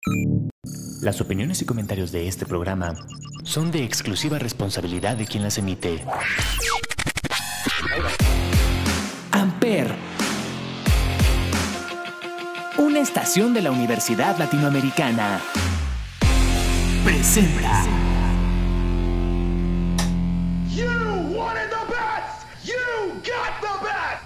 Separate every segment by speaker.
Speaker 1: Las opiniones y comentarios de este programa son de exclusiva responsabilidad de quien las emite. Amper, una estación de la Universidad Latinoamericana, presenta.
Speaker 2: You wanted the best! You got the best!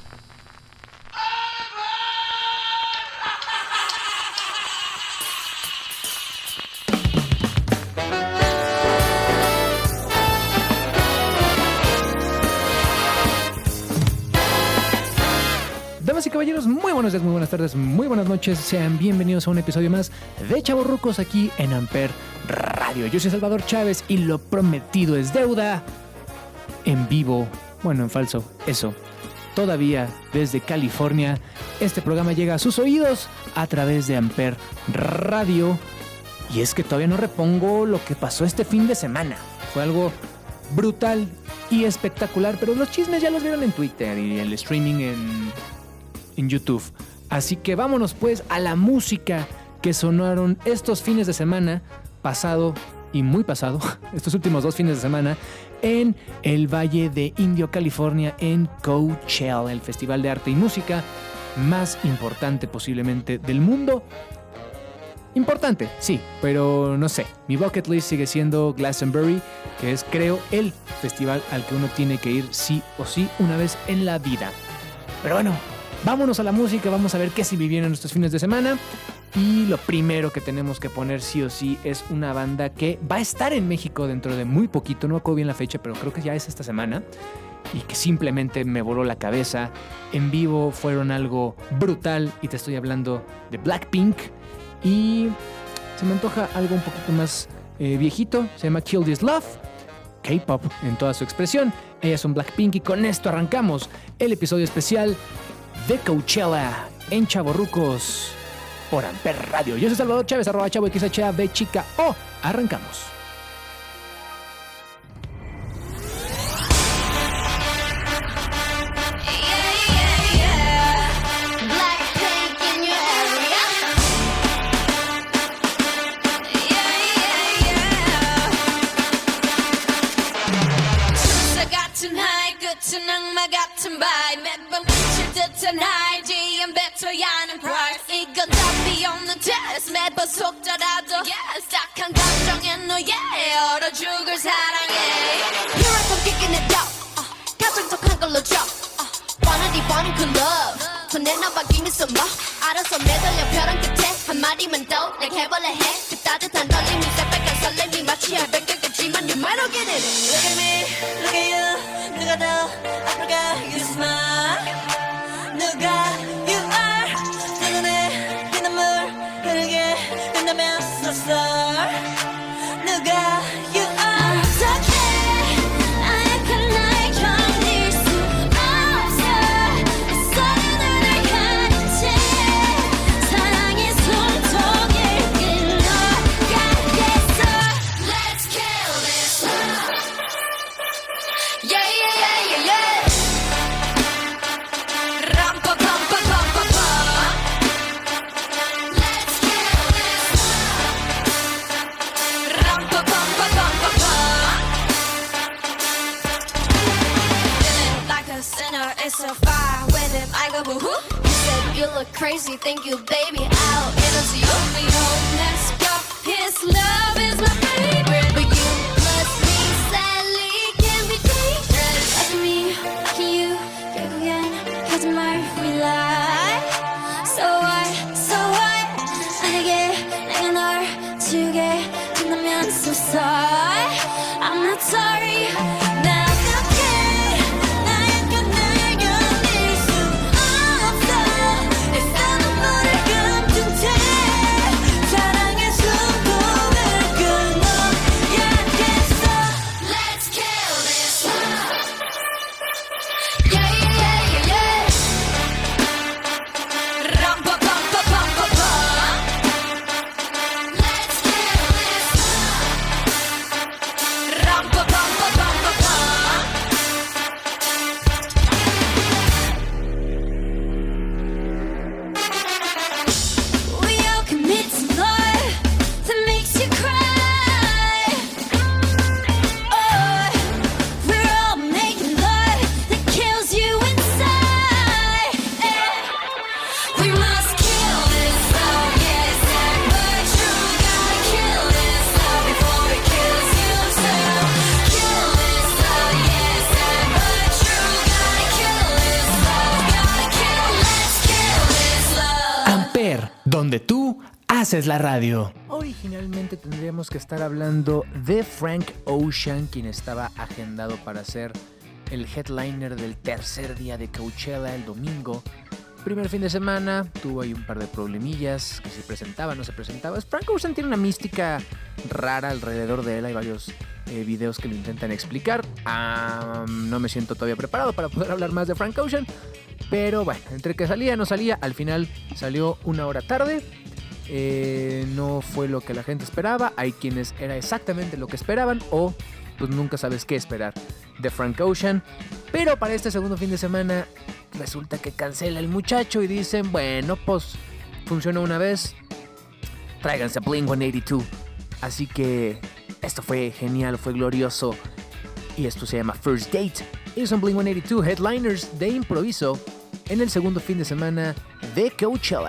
Speaker 3: Damas y caballeros, muy buenos días, muy buenas tardes, muy buenas noches. Sean bienvenidos a un episodio más de Chavorrucos aquí en Amper Radio. Yo soy Salvador Chávez y lo prometido es deuda. En vivo, bueno, en falso, eso. Todavía desde California, este programa llega a sus oídos a través de Amper Radio. Y es que todavía no repongo lo que pasó este fin de semana. Fue algo brutal y espectacular, pero los chismes ya los vieron en Twitter y el streaming en YouTube. Así que vámonos pues a la música que sonaron estos fines de semana, pasado y muy pasado, estos últimos 2 fines de semana, en el Valle de Indio, California, en Coachella, el festival de arte y música más importante posiblemente del mundo. Importante, sí, pero no sé. Mi bucket list sigue siendo Glastonbury, que es, creo, el festival al que uno tiene que ir sí o sí una vez en la vida. Pero bueno, vámonos a la música, vamos a ver qué se vivieron estos fines de semana. Y lo primero que tenemos que poner sí o sí es una banda que va a estar en México dentro de muy poquito, no me acuerdo bien la fecha, pero creo que ya es esta semana. Y que simplemente me voló la cabeza. En vivo fueron algo brutal y te estoy hablando de Blackpink. Y se me antoja algo un poquito más viejito, se llama Kill This Love, K-pop en toda su expresión. Ellas son Blackpink y con esto arrancamos el episodio especial de Coachella en Chavorrucos por Amper Radio. Yo soy Salvador Chávez, @ChavoXHAV chica O. Arrancamos.
Speaker 4: 매번 속더라도 딱한 감정에 너의 얼어 죽을 사랑해 Here I come kicking it up 가슴속한 걸로 drop wanna 그 love 보내놔봐 give me some more 알아서 매달려 벼랑 끝에 한마디만 더 내게 해볼래 해 그 따뜻한 떨림이 새빨간 설렘이 마치 알백격이지만 you might not get it Look at me, look at you 누가 더 앞으로 가 You smile 누가 you are 내 눈에 네 눈물 흐르게 된다면 so sorry 누가 you are 어떡해 나의 그 날 견딜 수 없어 낯선 눈을 가린 채 사랑의 손톱을 끌어가겠어 Let's kill this love Yeah yeah yeah yeah yeah It's so far with him, I go boo-hoo You said you look crazy, think you baby I'll into you Be home, let's go His love is my favorite But you must be sadly Can't be dangerous Look at me, look at you 결국엔 거짓말 we lie So what 알게 내가 널 지우게 된다면 so sorry I'm not sorry
Speaker 1: haces la radio.
Speaker 3: Originalmente tendríamos que estar hablando de Frank Ocean, quien estaba agendado para ser el headliner del tercer día de Coachella el domingo. Primer fin de semana, tuvo ahí un par de problemillas, que se presentaba, no se presentaba. Frank Ocean tiene una mística rara alrededor de él, hay varios videos que lo intentan explicar. No me siento todavía preparado para poder hablar más de Frank Ocean, pero bueno, entre que salía, no salía, al final salió una hora tarde. No fue lo que la gente esperaba, hay quienes era exactamente lo que esperaban o pues nunca sabes qué esperar de Frank Ocean. Pero para este segundo fin de semana resulta que cancela el muchacho y dicen, bueno, pues funcionó una vez, tráiganse a Blink-182. Así que esto fue genial, fue glorioso. Y esto se llama First Date. Ellos son Blink-182, headliners de improviso en el segundo fin de semana de Coachella.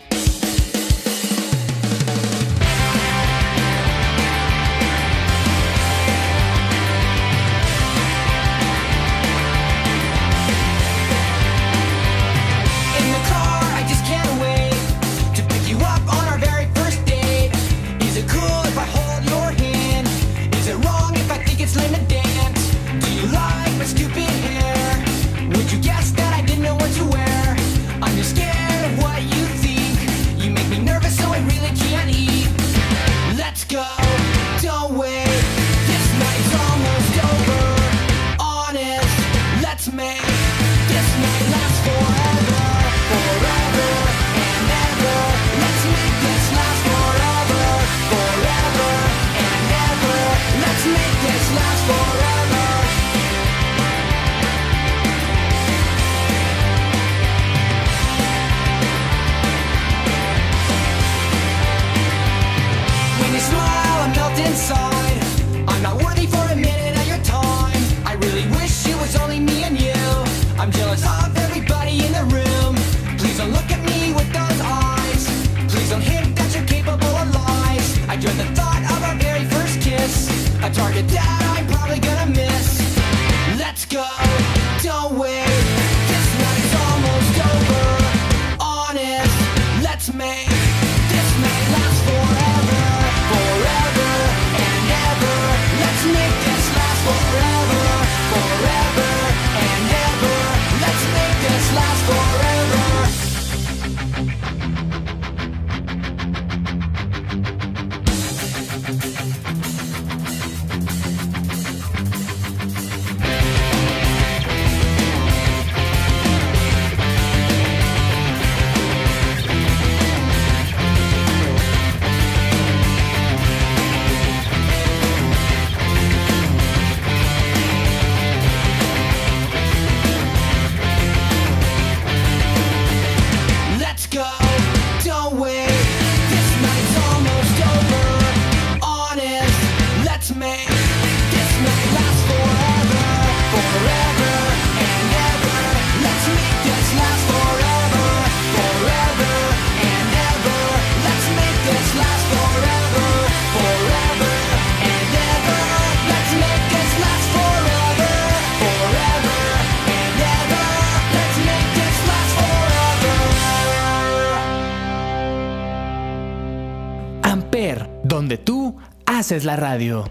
Speaker 1: Donde tú haces la radio.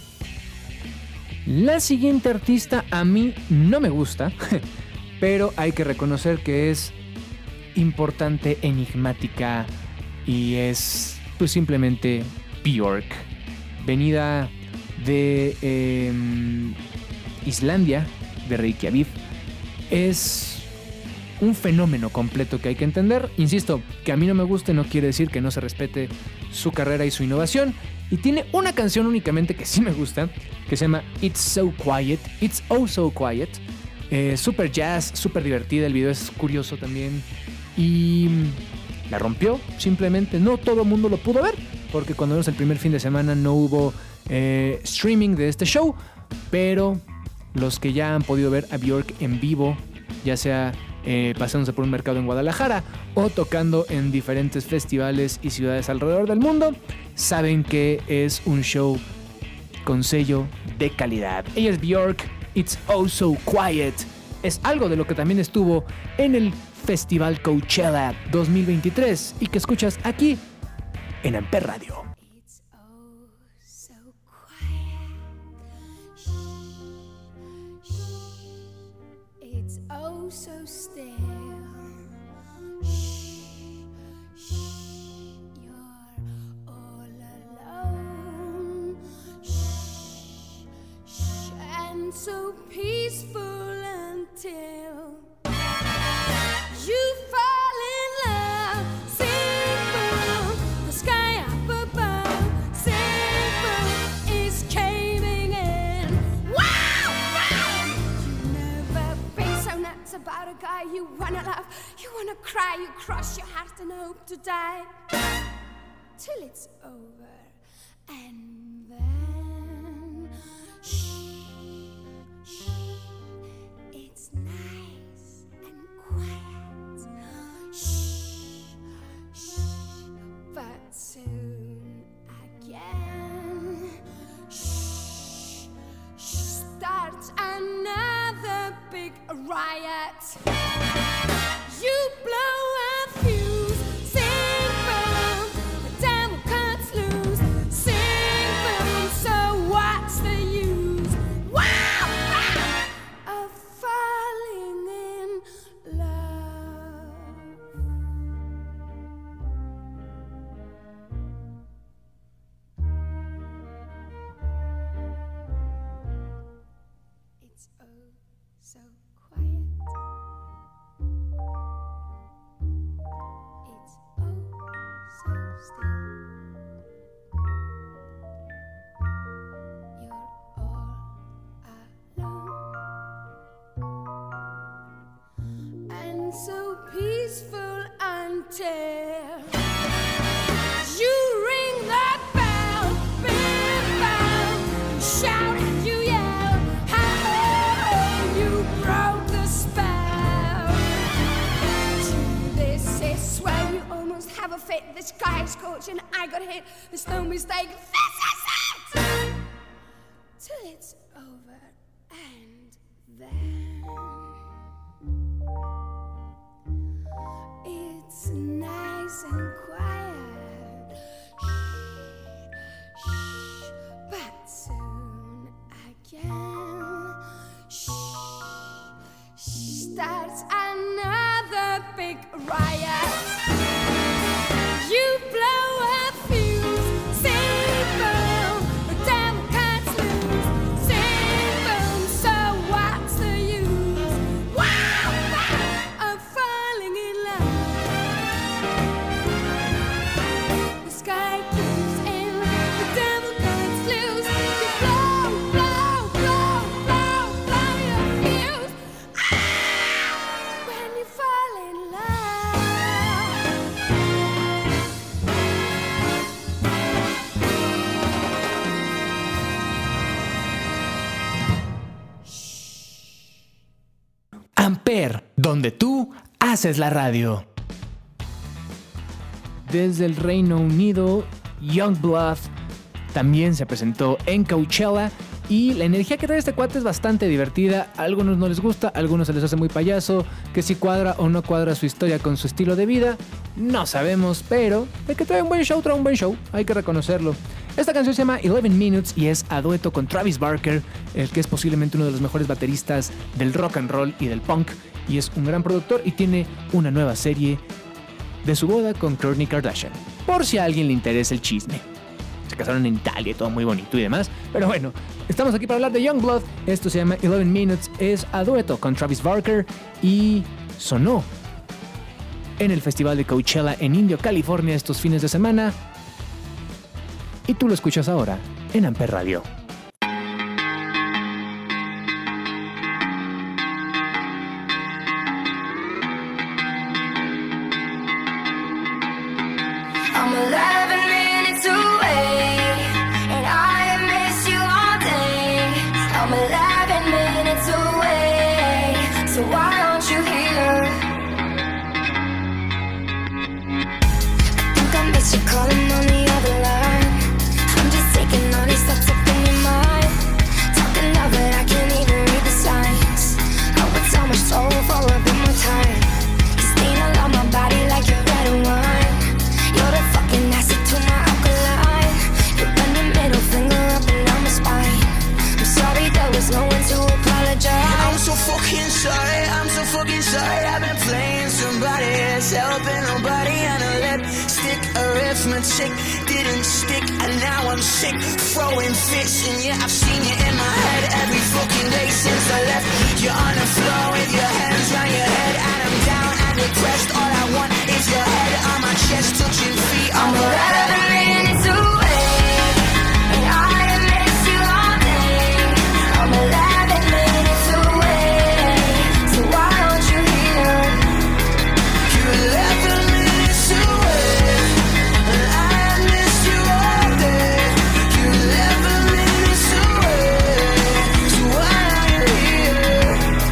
Speaker 3: La siguiente artista a mí no me gusta, pero hay que reconocer que es importante, enigmática y es pues simplemente Björk, venida de Islandia, de Reykjavik. Es un fenómeno completo que hay que entender. Insisto, que a mí no me guste no quiere decir que no se respete su carrera y su innovación. Y tiene una canción únicamente que sí me gusta, que se llama It's So Quiet. It's Oh So Quiet. Super jazz, super divertida. El video es curioso también. Y la rompió, simplemente. No todo el mundo lo pudo ver, porque cuando vimos el primer fin de semana no hubo streaming de este show. Pero los que ya han podido ver a Björk en vivo, ya sea pasándose por un mercado en Guadalajara o tocando en diferentes festivales y ciudades alrededor del mundo, saben que es un show con sello de calidad. Ella es Björk, It's Oh So Quiet. Es algo de lo que también estuvo en el Festival Coachella 2023 y que escuchas aquí en Amper Radio.
Speaker 5: It's oh so quiet. Shh, shh. It's oh so still. Shh, shh. You're all alone. Shh, shh. And so peaceful until you fall in love. Simple, the sky up above. Simple is caving in. Wow, wow. You never been so nuts about a guy you wanna love. You wanna cry, you cross your heart and hope to die till it's over. And then shh, shh. It's nice and quiet. Shh, shh. But soon again, shh, shh. Starts another big riot. You blow a fuse. Sing boom, the devil cuts loose. Sing boom, so what's the use? Wow, wow, of falling in love. It's oh so quiet. It's oh so still. You're all alone. And so peaceful until you ring that bell. Big bell. Shout and you yell. How you broke the spell. This is swell. You almost have a fit. This guy's coach and I got hit. There's no mistake. This is it. Till it's over. And then it's nice and quiet. Shh, shh. But soon again, shh, starts another big riot. You blow a fuse. Sing boom, the devil cuts loose. Sing boom, so what's the use? Wow, wow, of falling in love. The sky gives in, the devil cuts loose. You blow, blow, blow, blow, blow your fuse. Ah, when you fall in love.
Speaker 3: Amper, donde tú haces la radio. Desde el Reino Unido, Youngblood también se presentó en Coachella y la energía que trae este cuate es bastante divertida. A algunos no les gusta, a algunos se les hace muy payaso, que si cuadra o no cuadra su historia con su estilo de vida, no sabemos, pero de que trae un buen show, hay que reconocerlo. Esta canción se llama 11 Minutes y es a dueto con Travis Barker, el que es posiblemente uno de los mejores bateristas del rock and roll y del punk, y es un gran productor y tiene una nueva serie de su boda con Kourtney Kardashian, por si a alguien le interesa el chisme. Se casaron en Italia y todo muy bonito y demás, pero bueno, estamos aquí para hablar de Youngblood. Esto se llama 11 Minutes, es a dueto con Travis Barker y sonó en el festival de Coachella en Indio, California estos fines de semana. Y tú lo escuchas ahora en Amper Radio.
Speaker 5: I'm 11 minutes away, and I miss you all day. I'm 11 minutes away, so why aren't you here? I think I miss you calling on the other line. I'm just taking all these thoughts up in your
Speaker 6: arithmetic didn't stick, and now I'm sick, throwing fits. And yeah, I've seen you in my head every fucking day since I left. You're on the floor with your hands round your head, and I'm down and depressed. All I want is your head on my chest, touching feet. I'm 11 minutes away, and I miss you all day. I'm 11 minutes away, so why aren't you here? You're 11 minutes away, and I miss you all day. You're 11 minutes away, so why aren't you here?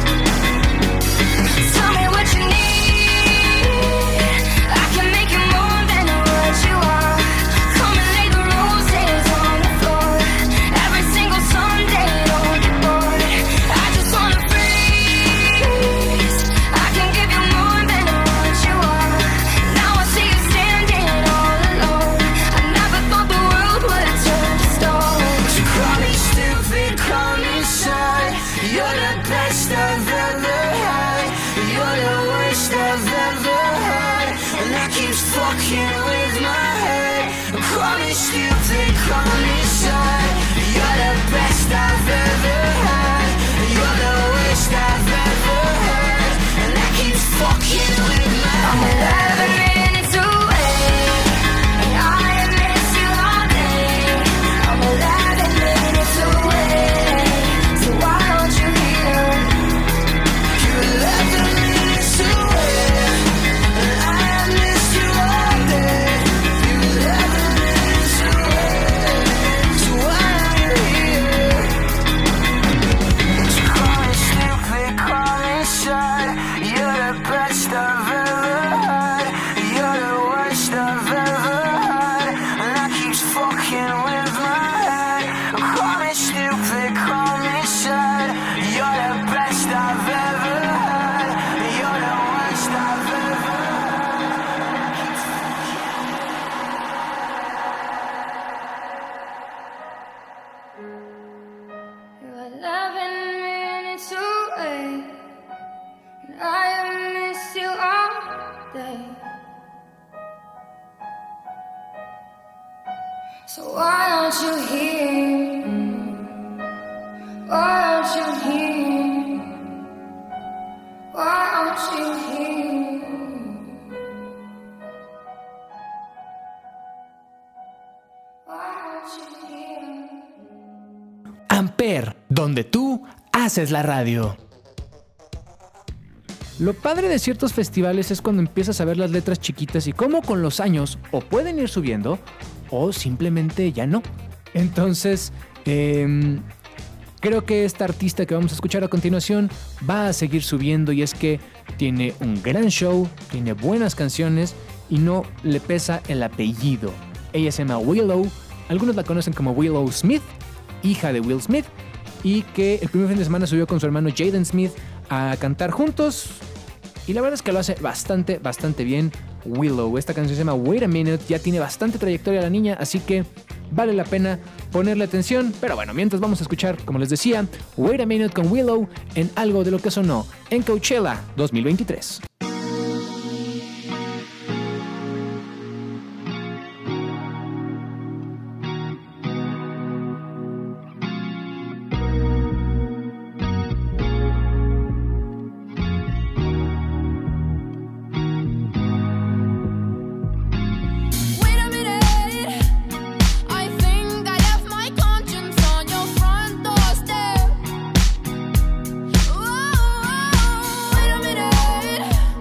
Speaker 6: Tell me what you need, I can make you more than what you are. Come and lay the roses on the floor, every single Sunday, don't get bored. I just wanna freeze, I can give you more than what you are. Now I see you standing all alone, I never thought the world would turn to stone. So call me stupid, call me sad, you're the best I've ever had, you're the worst I've ever had, and that keeps fucking with my head. Call me stupid, call me sad, you're the best I've ever had, you're the worst I've ever had, and that keeps fucking with my head. I'm 11 minutes away, and I miss you all day. I'm 11 minutes away, so why aren't you here? You're 11 minutes away, and I miss you all day. You're 11 minutes away, so why aren't you here? So call me stupid, call me sad, you're the best I've ever had, you're the worst I've ever had, and that keeps fucking with my head. Call me stupid, call me sad, you're the best I've ever had, you're the worst I've ever had. You're 11 minutes away, and I miss you all day. So why aren't you here? Why aren't you here? Why aren't you here? Why aren't you here?
Speaker 3: Amper, donde tú haces la radio. Lo padre de ciertos festivales es cuando empiezas a ver las letras chiquitas y cómo con los años o pueden ir subiendo o simplemente ya no. Entonces, creo que esta artista que vamos a escuchar a continuación va a seguir subiendo, y es que tiene un gran show, tiene buenas canciones y no le pesa el apellido. Ella se llama Willow, algunos la conocen como Willow Smith, hija de Will Smith, y que el primer fin de semana subió con su hermano Jaden Smith a cantar juntos, y la verdad es que lo hace bastante bien Willow. Esta canción se llama Wait a Minute, ya tiene bastante trayectoria la niña, así que vale la pena ponerle atención. Pero bueno, mientras vamos a escuchar, como les decía, Wait a Minute con Willow en algo de lo que sonó en Coachella 2023.
Speaker 5: Wait a minute, I think I left my conscience on your front doorstep. Whoa, wait a minute.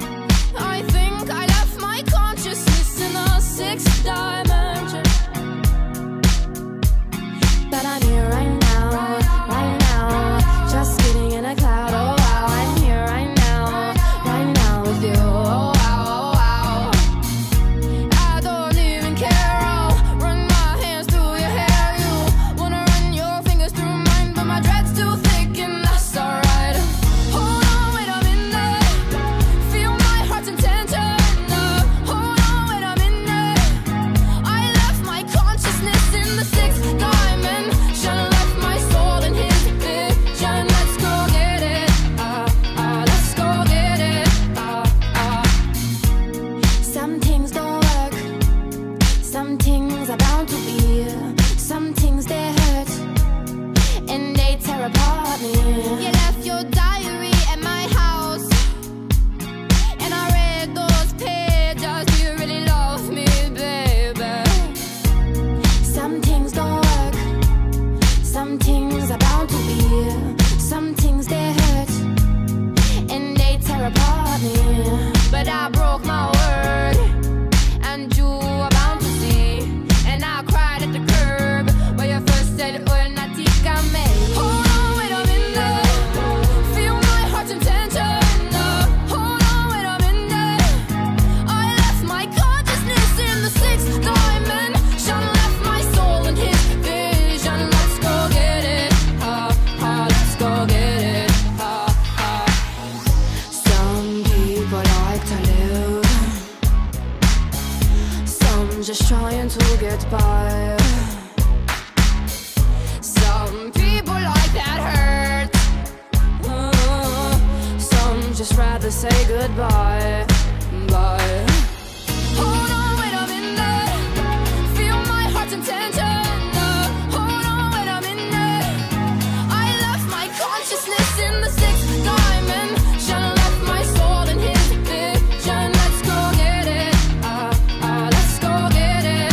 Speaker 5: say goodbye. Bye. Hold on, wait a minute. Feel my heart's intention. Hold on, wait a minute. I left my consciousness in the sixth dimension. Left my soul in his vision. Let's go get it. Let's go get it.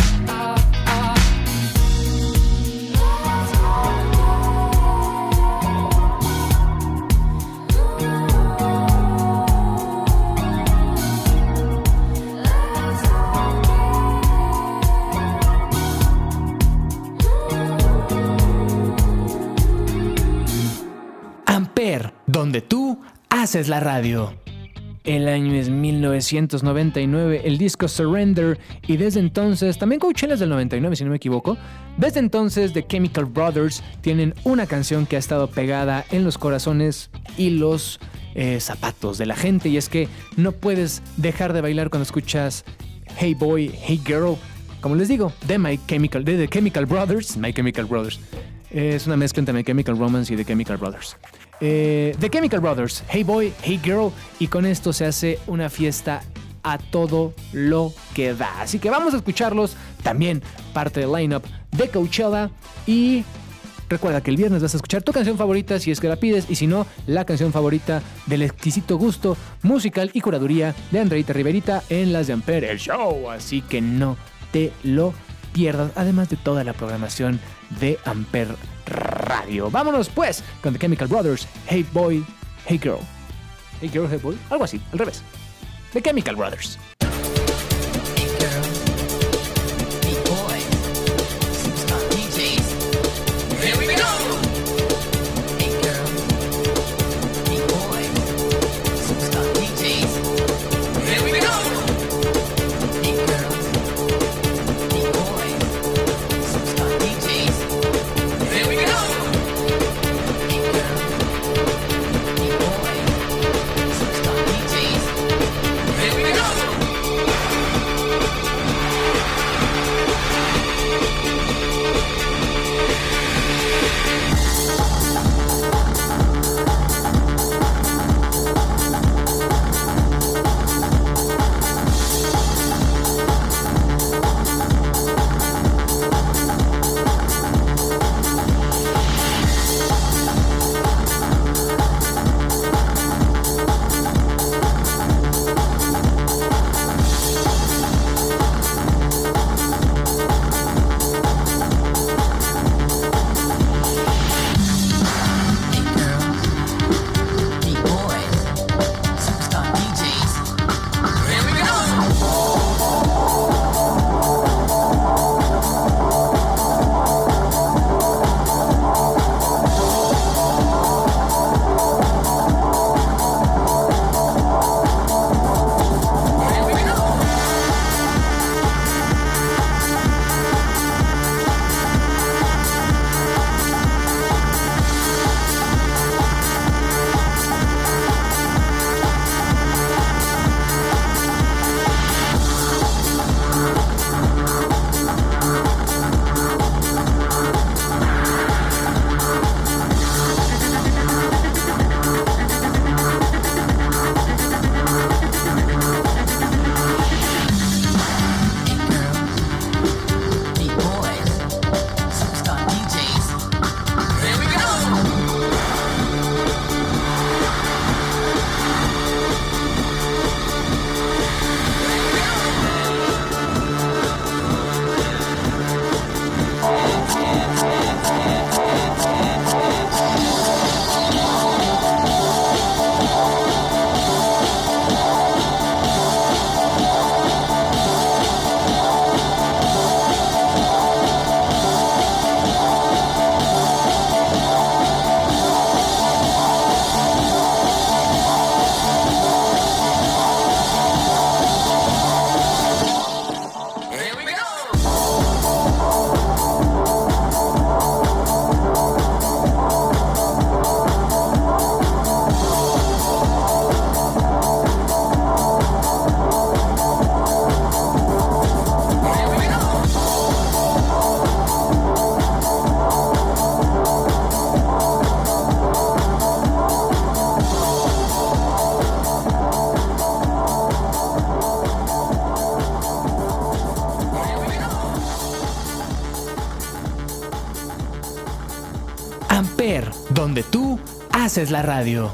Speaker 3: Amper, donde tú haces la radio. El año es 1999, el disco Surrender, y desde entonces, también Coachella es del 99 si no me equivoco, desde entonces The Chemical Brothers tienen una canción que ha estado pegada en los corazones y los zapatos de la gente, y es que no puedes dejar de bailar cuando escuchas Hey Boy, Hey Girl, como les digo, de The Chemical Brothers. My Chemical Brothers es una mezcla entre My Chemical Romance y The Chemical Brothers. The Chemical Brothers, Hey Boy, Hey Girl, y con esto se hace una fiesta a todo lo que da. Así que vamos a escucharlos, también parte del lineup de Coachella, y recuerda que el viernes vas a escuchar tu canción favorita si es que la pides, y si no, la canción favorita del exquisito gusto musical y curaduría de Andreita Riverita en Las de Amper, el show. Así que no te lo pierdas, además de toda la programación de Amper Radio. Vámonos pues con The Chemical Brothers, Hey Boy, Hey Girl. Hey Girl, Hey Boy, algo así, al revés. The Chemical Brothers.
Speaker 6: Here we go.
Speaker 1: Amper, donde tú haces la radio.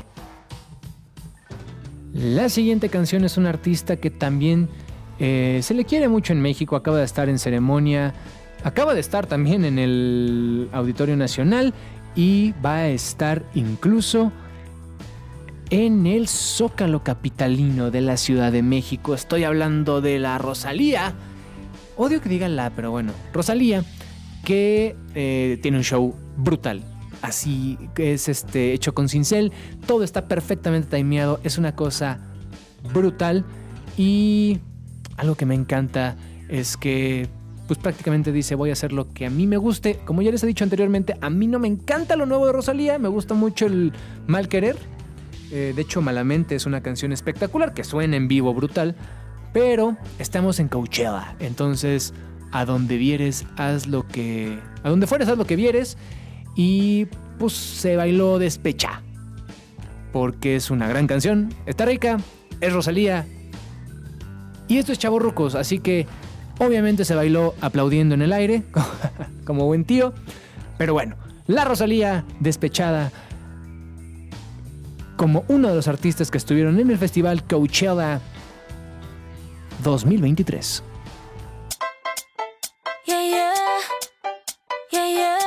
Speaker 3: La siguiente canción es un artista que también se le quiere mucho en México. Acaba de estar en ceremonia, acaba de estar también en el Auditorio Nacional y va a estar incluso en el Zócalo capitalino de la Ciudad de México. Estoy hablando de la Rosalía. Odio que digan la, pero bueno, Rosalía, que tiene un show brutal. Así que es hecho con cincel. Todo está perfectamente timeado. Es una cosa brutal. Y algo que me encanta es que pues prácticamente dice: voy a hacer lo que a mí me guste. Como ya les he dicho anteriormente, a mí no me encanta lo nuevo de Rosalía. Me gusta mucho el Mal Querer. De hecho, Malamente es una canción espectacular que suena en vivo brutal. Pero estamos en Coachella. Entonces, a donde vieres, haz lo que... A donde fueres, haz lo que vieres. Y pues se bailó Despecha. Porque es una gran canción. Está rica. Es Rosalía. Y esto es Chavorrucos. Así que obviamente se bailó aplaudiendo en el aire. Como buen tío. Pero bueno, la Rosalía Despechada. Como uno de los artistas que estuvieron en el festival Coachella 2023.
Speaker 6: Yeah, yeah, yeah, yeah.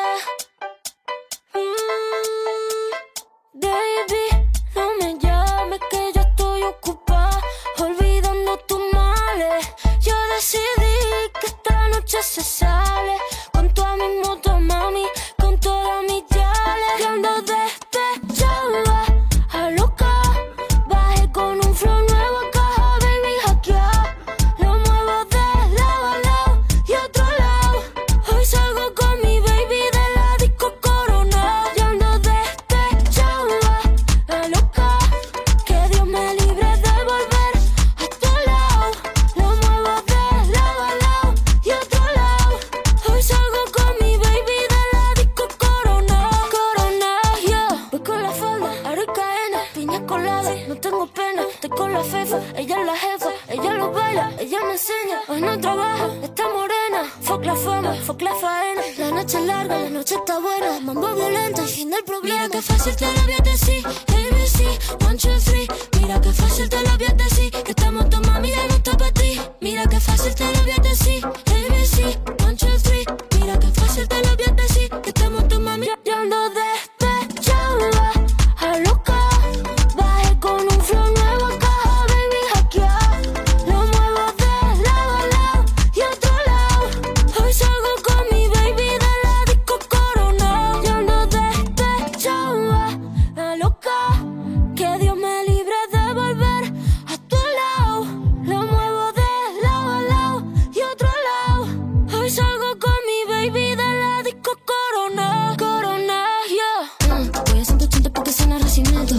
Speaker 6: Baby, no me llames que yo estoy ocupada, olvidando tus males. Yo decidí que esta noche se sale con toda mi moto, mami, con todas mis yales. Yo ando despechada, a loca, bajé con un flow nuevo a caja, baby, hackeado. Lo muevo de lado a lado y otro lado. Hoy salgo con mi baby de la disco Corona. Yo ando despechada, la loca, que Dios me libre de volver a tu lado. Lo muevo de lado a lado y otro lado. Hoy salgo con mi baby de la disco Corona. Corona, yeah. Voy con la falda, aricaena, piña colada, no tengo pena. Estoy con la fefa, ella es la jefa, ella lo baila, ella me enseña. Hoy no trabaja, está morena. Fuck la fama, fuck la faena. La noche es larga, la noche está buena. Mambo violento y fin del problema. Mira que fácil te lo voy a decir, ABC, 1, 2, 3. Mira que fácil te lo voy a decir, que esta moto mami ya no está para ti. Mira que fácil te lo voy a decir, ABC, 1, 2, 3. Mira que fácil te lo voy a decir, que esta moto mami ya ando despechada, a loca, bajé con un flow nuevo a caja, baby, hackeado. Lo muevo de lado a lado y otro lado. Hoy salgo con mi baby de la disco Corona. Yo ando despechada, la loca, que Dios me libre de volver a tu lado. Lo muevo de lado a lado y otro lado. Hoy salgo con mi baby de la disco Corona. Corona, yeah. Voy a 180 porque suena Racimiento.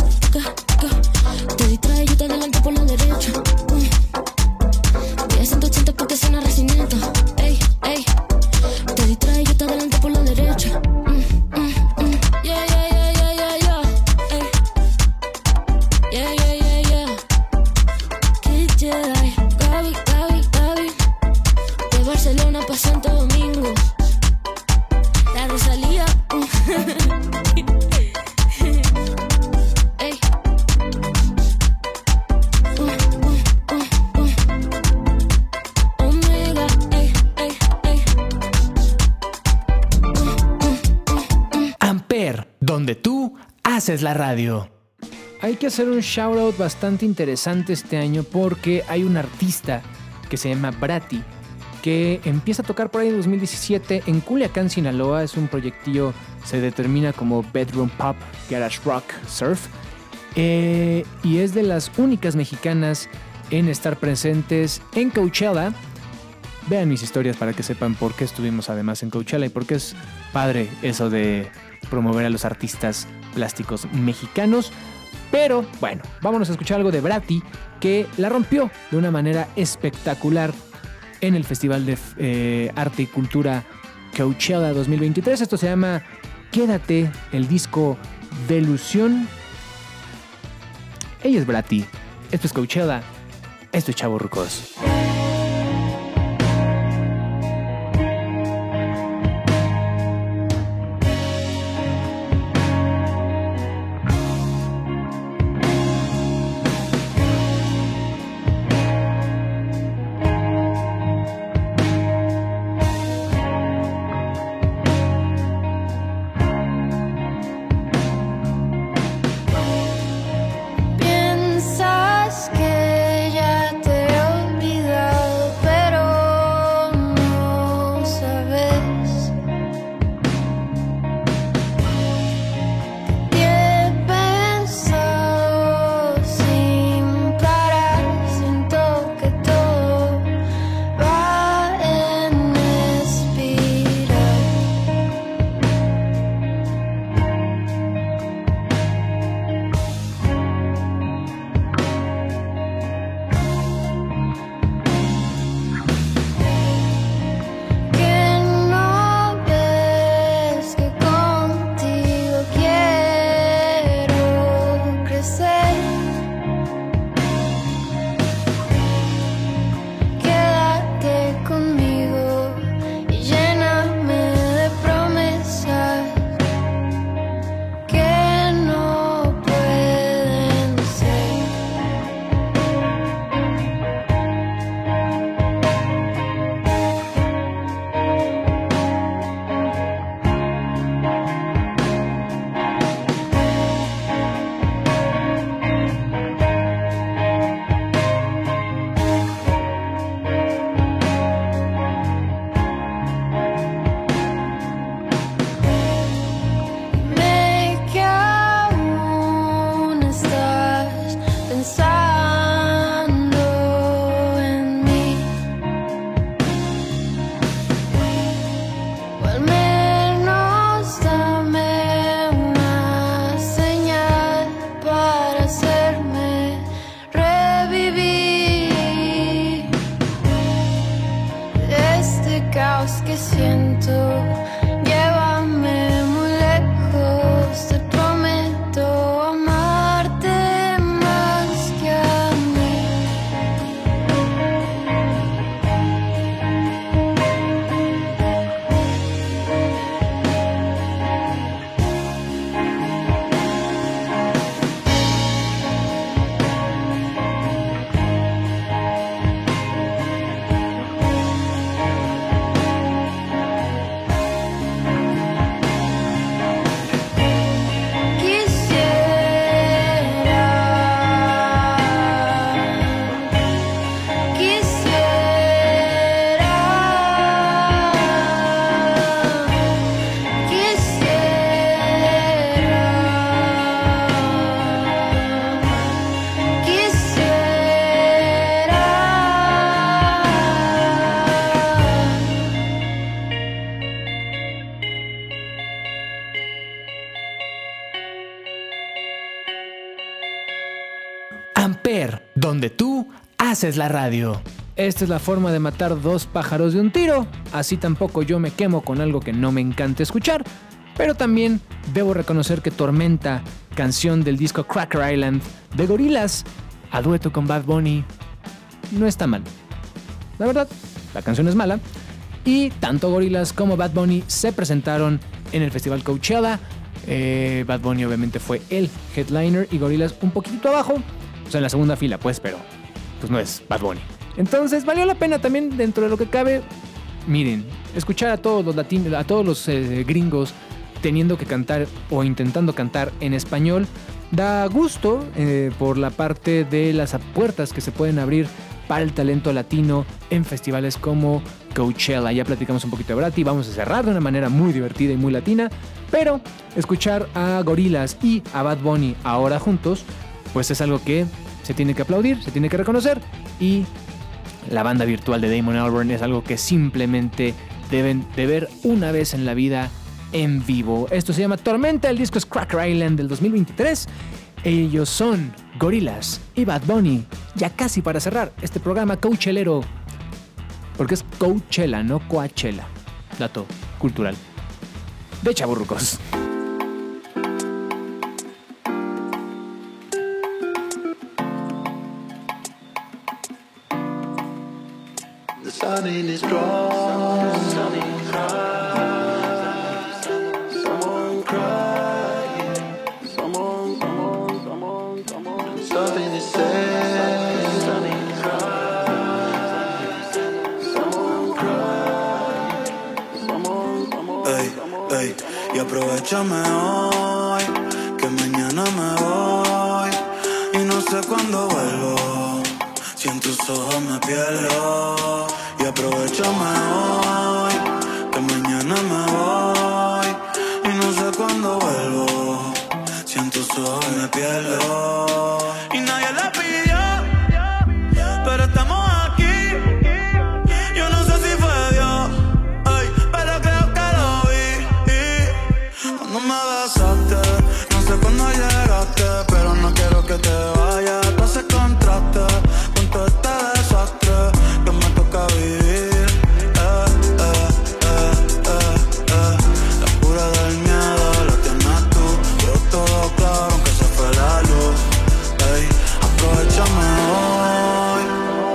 Speaker 6: Te distrae, yo te adelanto por la derecha. Voy a 180 porque suena Racimiento. Ey, ey. Te distrae, yo te adelanto por la derecha. Yeah, yeah, yeah, yeah, yeah, yeah. Ey. Yeah, yeah, yeah, yeah. Kid Jedi, Gaby, Gaby, Gaby. De Barcelona pa' Santo Domingo. La Rosalía. Ey. Omega, ey, ey, ey.
Speaker 1: Amper, donde tú haces la radio.
Speaker 3: Hay que hacer un shoutout bastante interesante este año porque hay un artista que se llama Bratty que empieza a tocar por ahí en 2017 en Culiacán, Sinaloa. Es un proyectillo, se determina como Bedroom Pop, Garage Rock, Surf. Y es de las únicas mexicanas en estar presentes en Coachella. Vean mis historias para que sepan por qué estuvimos además en Coachella y por qué es padre eso de promover a los artistas plásticos mexicanos. Pero bueno, vámonos a escuchar algo de Bratty, que la rompió de una manera espectacular en el Festival de Arte y Cultura Coachella 2023. Esto se llama Quédate, el disco Delusión. Ella es Bratty, esto es Coachella, esto es Chavorrucos.
Speaker 5: viento. Llévame muy lejos, te prometo amarte más que a mí.
Speaker 3: Amper, donde tú haces la radio. Esta es la forma de matar dos pájaros de un tiro. Así tampoco yo me quemo con algo que no me encanta escuchar. Pero también debo reconocer que Tormenta, canción del disco Cracker Island de Gorillaz, a dueto con Bad Bunny, no está mal. La verdad, la canción es mala. Y tanto Gorillaz como Bad Bunny se presentaron en el festival Coachella. Bad Bunny obviamente fue el headliner y Gorillaz un poquito abajo. O sea, en la segunda fila, pues, pero pues no es Bad Bunny. Entonces, valió la pena también, dentro de lo que cabe, miren, escuchar a todos los latinos, a todos los gringos teniendo que cantar o intentando cantar en español, da gusto por la parte de las puertas que se pueden abrir para el talento latino en festivales como Coachella. Ya platicamos un poquito de Bratti, vamos a cerrar de una manera muy divertida y muy latina, pero escuchar a Gorillaz y a Bad Bunny ahora juntos, pues es algo que se tiene que aplaudir, se tiene que reconocer, y la banda virtual de Damon Albarn es algo que simplemente deben de ver una vez en la vida en vivo. Esto se llama Tormenta, el disco es Cracker Island del 2023. Ellos son Gorillaz y Bad Bunny. Ya casi para cerrar este programa coachelero, porque es Coachella, no Coachella. Dato cultural de chavorrucos.
Speaker 7: The sun in is strong. Someone crying. Someone. Something is said. Someone crying.
Speaker 8: Ey, y aprovechame hoy, que mañana me voy y no sé cuándo vuelvo. Si en tus ojos me pierdo. Y aprovechame hoy, que mañana me voy y no sé cuándo vuelvo. Si en tus ojos me pierdo. Y nadie la pidió, pero estamos aquí. Yo no sé si fue Dios, ay, pero creo que lo vi. Cuando me besaste, no sé cuándo llegaste, pero no quiero que te vayas. Tú haces contraste con todo este desastre que me toca vivir. La cura del miedo la tienes tú. Pero todo claro aunque se fue la luz. Ey, aprovechame hoy.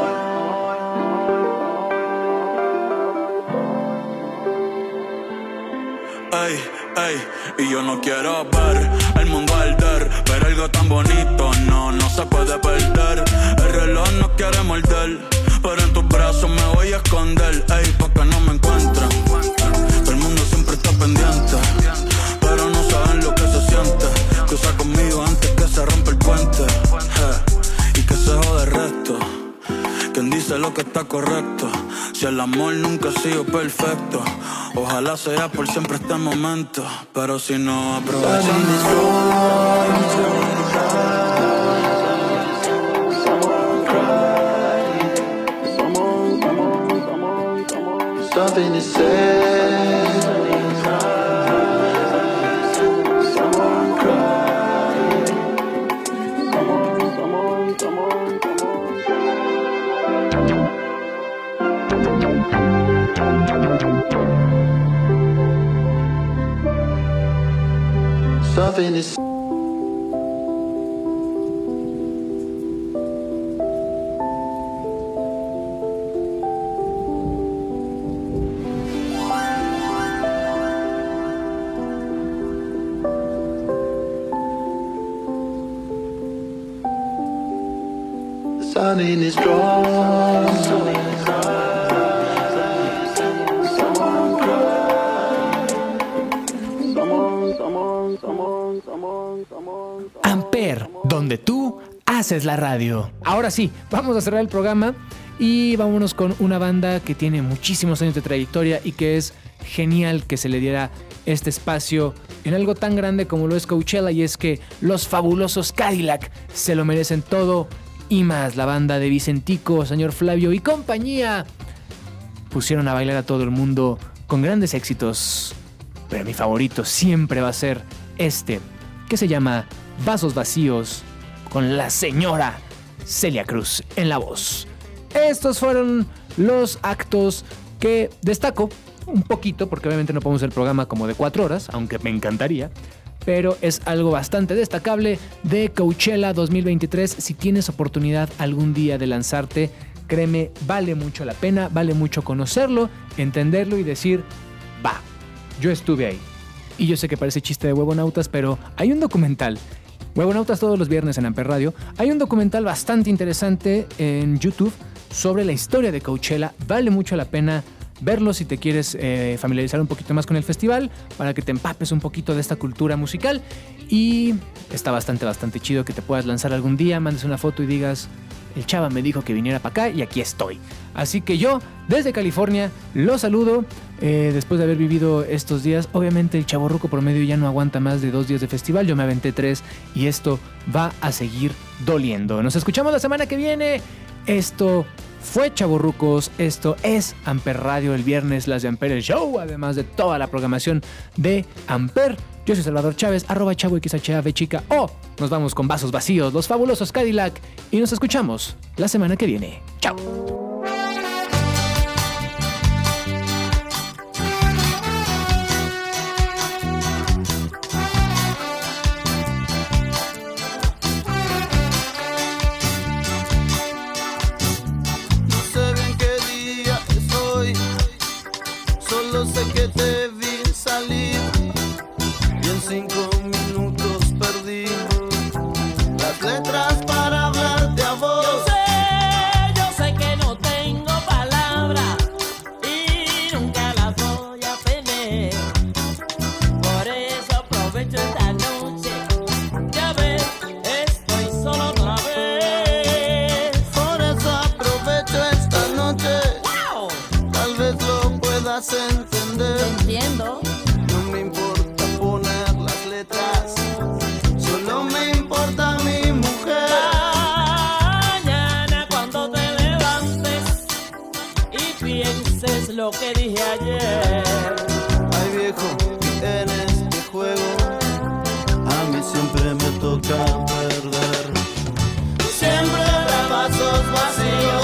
Speaker 8: Ey, y yo no quiero ver el mundo arder, pero algo tan bonito no se puede perder. El reloj no quiere morder, pero en tus brazos me voy a esconder. Ey, pa' que no me encuentren. Todo el mundo siempre está pendiente, pero no saben lo que se siente. Cruza conmigo antes que se rompa el puente, y que se jode el resto. Quien dice lo que está correcto. Si el amor nunca ha sido perfecto, ojalá sea por siempre este momento. Pero si no, aprovechame.
Speaker 7: Something is said. Someone crying. Someone. Something is Something is strong.
Speaker 3: Amper, donde tú haces la radio. Ahora sí, vamos a cerrar el programa y vámonos con una banda que tiene muchísimos años de trayectoria y que es genial que se le diera este espacio en algo tan grande como lo es Coachella, y es que los fabulosos Cadillac se lo merecen todo y más. La banda de Vicentico, señor Flavio y compañía pusieron a bailar a todo el mundo con grandes éxitos, pero mi favorito siempre va a ser este, que se llama Vasos Vacíos, con la señora Celia Cruz en la voz. Estos fueron los actos que destaco un poquito, porque obviamente no podemos hacer el programa como de 4 horas, aunque me encantaría, pero es algo bastante destacable de Coachella 2023. Si tienes oportunidad algún día de lanzarte, créeme, vale mucho la pena, vale mucho conocerlo, entenderlo y decir, va, yo estuve ahí. Y yo sé que parece chiste de huevonautas, pero hay un documental, Huevonautas todos los viernes en Amper Radio, hay un documental bastante interesante en YouTube sobre la historia de Coachella. Vale mucho la pena verlo si te quieres familiarizar un poquito más con el festival, para que te empapes un poquito de esta cultura musical. Y está bastante chido que te puedas lanzar algún día, mandes una foto y digas, el chava me dijo que viniera para acá y aquí estoy. Así que yo, desde California, los saludo. Después de haber vivido estos días, obviamente el chavorruco promedio ya no aguanta más de 2 días de festival. Yo me aventé 3 y esto va a seguir doliendo. Nos escuchamos la semana que viene. Esto fue Chavorrucos, esto es Amper Radio, el viernes las de Amper el Show, además de toda la programación de Amper. Yo soy Salvador Chávez, @ChavoXHAV chica, o nos vamos con Vasos Vacíos, los fabulosos Cadillac, y nos escuchamos la semana que viene. ¡Chao!
Speaker 8: Sé que te vi salir y en 5 minutos perdí las letras para hablarte a vos.
Speaker 9: Yo sé que no tengo palabras y nunca las voy a tener. Por eso aprovecho esta noche. Ya ves, estoy solo otra vez.
Speaker 8: Por eso aprovecho esta noche.
Speaker 9: ¡Wow!
Speaker 8: Tal vez lo puedas entender.
Speaker 9: Entiendo.
Speaker 8: No me importa poner las letras, solo me importa mi mujer.
Speaker 9: Mañana cuando te levantes y pienses lo que dije ayer.
Speaker 8: Ay viejo, en este juego a mí siempre me toca perder. Siempre habrá vasos vacíos.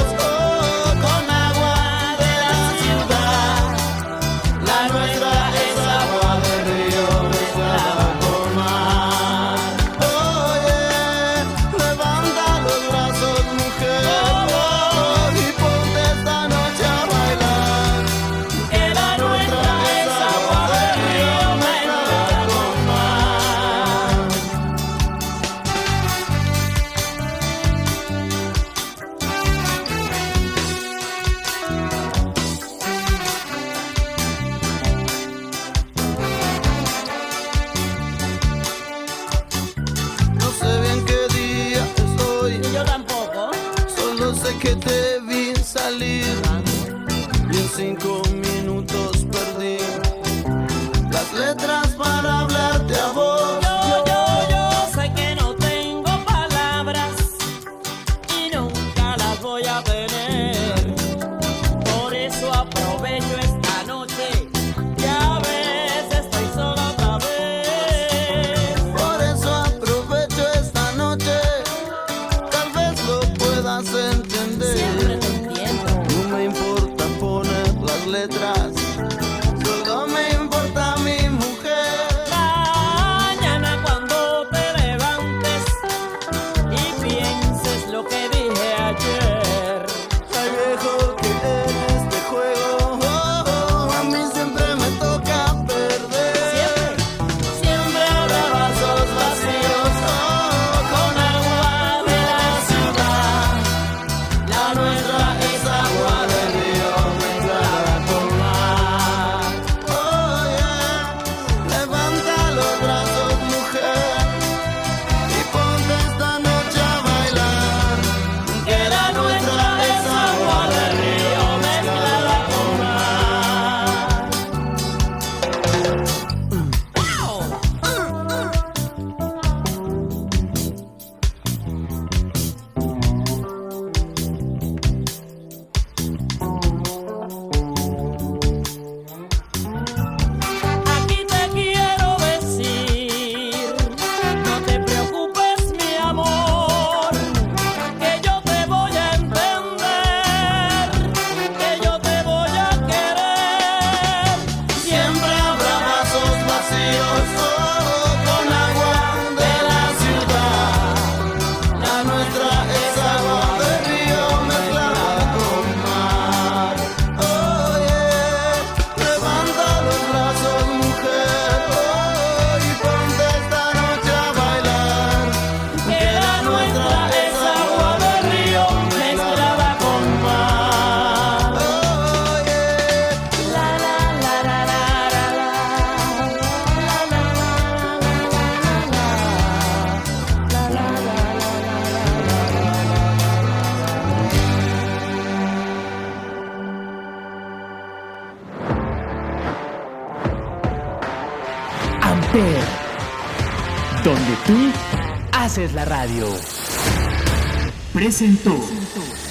Speaker 8: Que te vi salir y en 5 minutos perdí las letras para hablarte a vos.
Speaker 9: Yo sé que no tengo palabras y nunca las voy a tener. Por eso aprovecho esta noche. Ya ves, estoy solo otra vez.
Speaker 8: Por eso aprovecho esta noche. Tal vez lo puedas entender.
Speaker 9: Siempre te entiendo.
Speaker 8: No me importa poner las letras, solo me importa mi mujer. ríos, con agua de la ciudad. La nuestra es agua de río mezclada con mar. Oye, levanta los brazos, mujer, y ponte esta noche a bailar. Que la nuestra es agua de río mezclada con mar. Oye, la la la la la la la, la la la la la la la
Speaker 3: Amper, donde tú haces la radio. Presentó.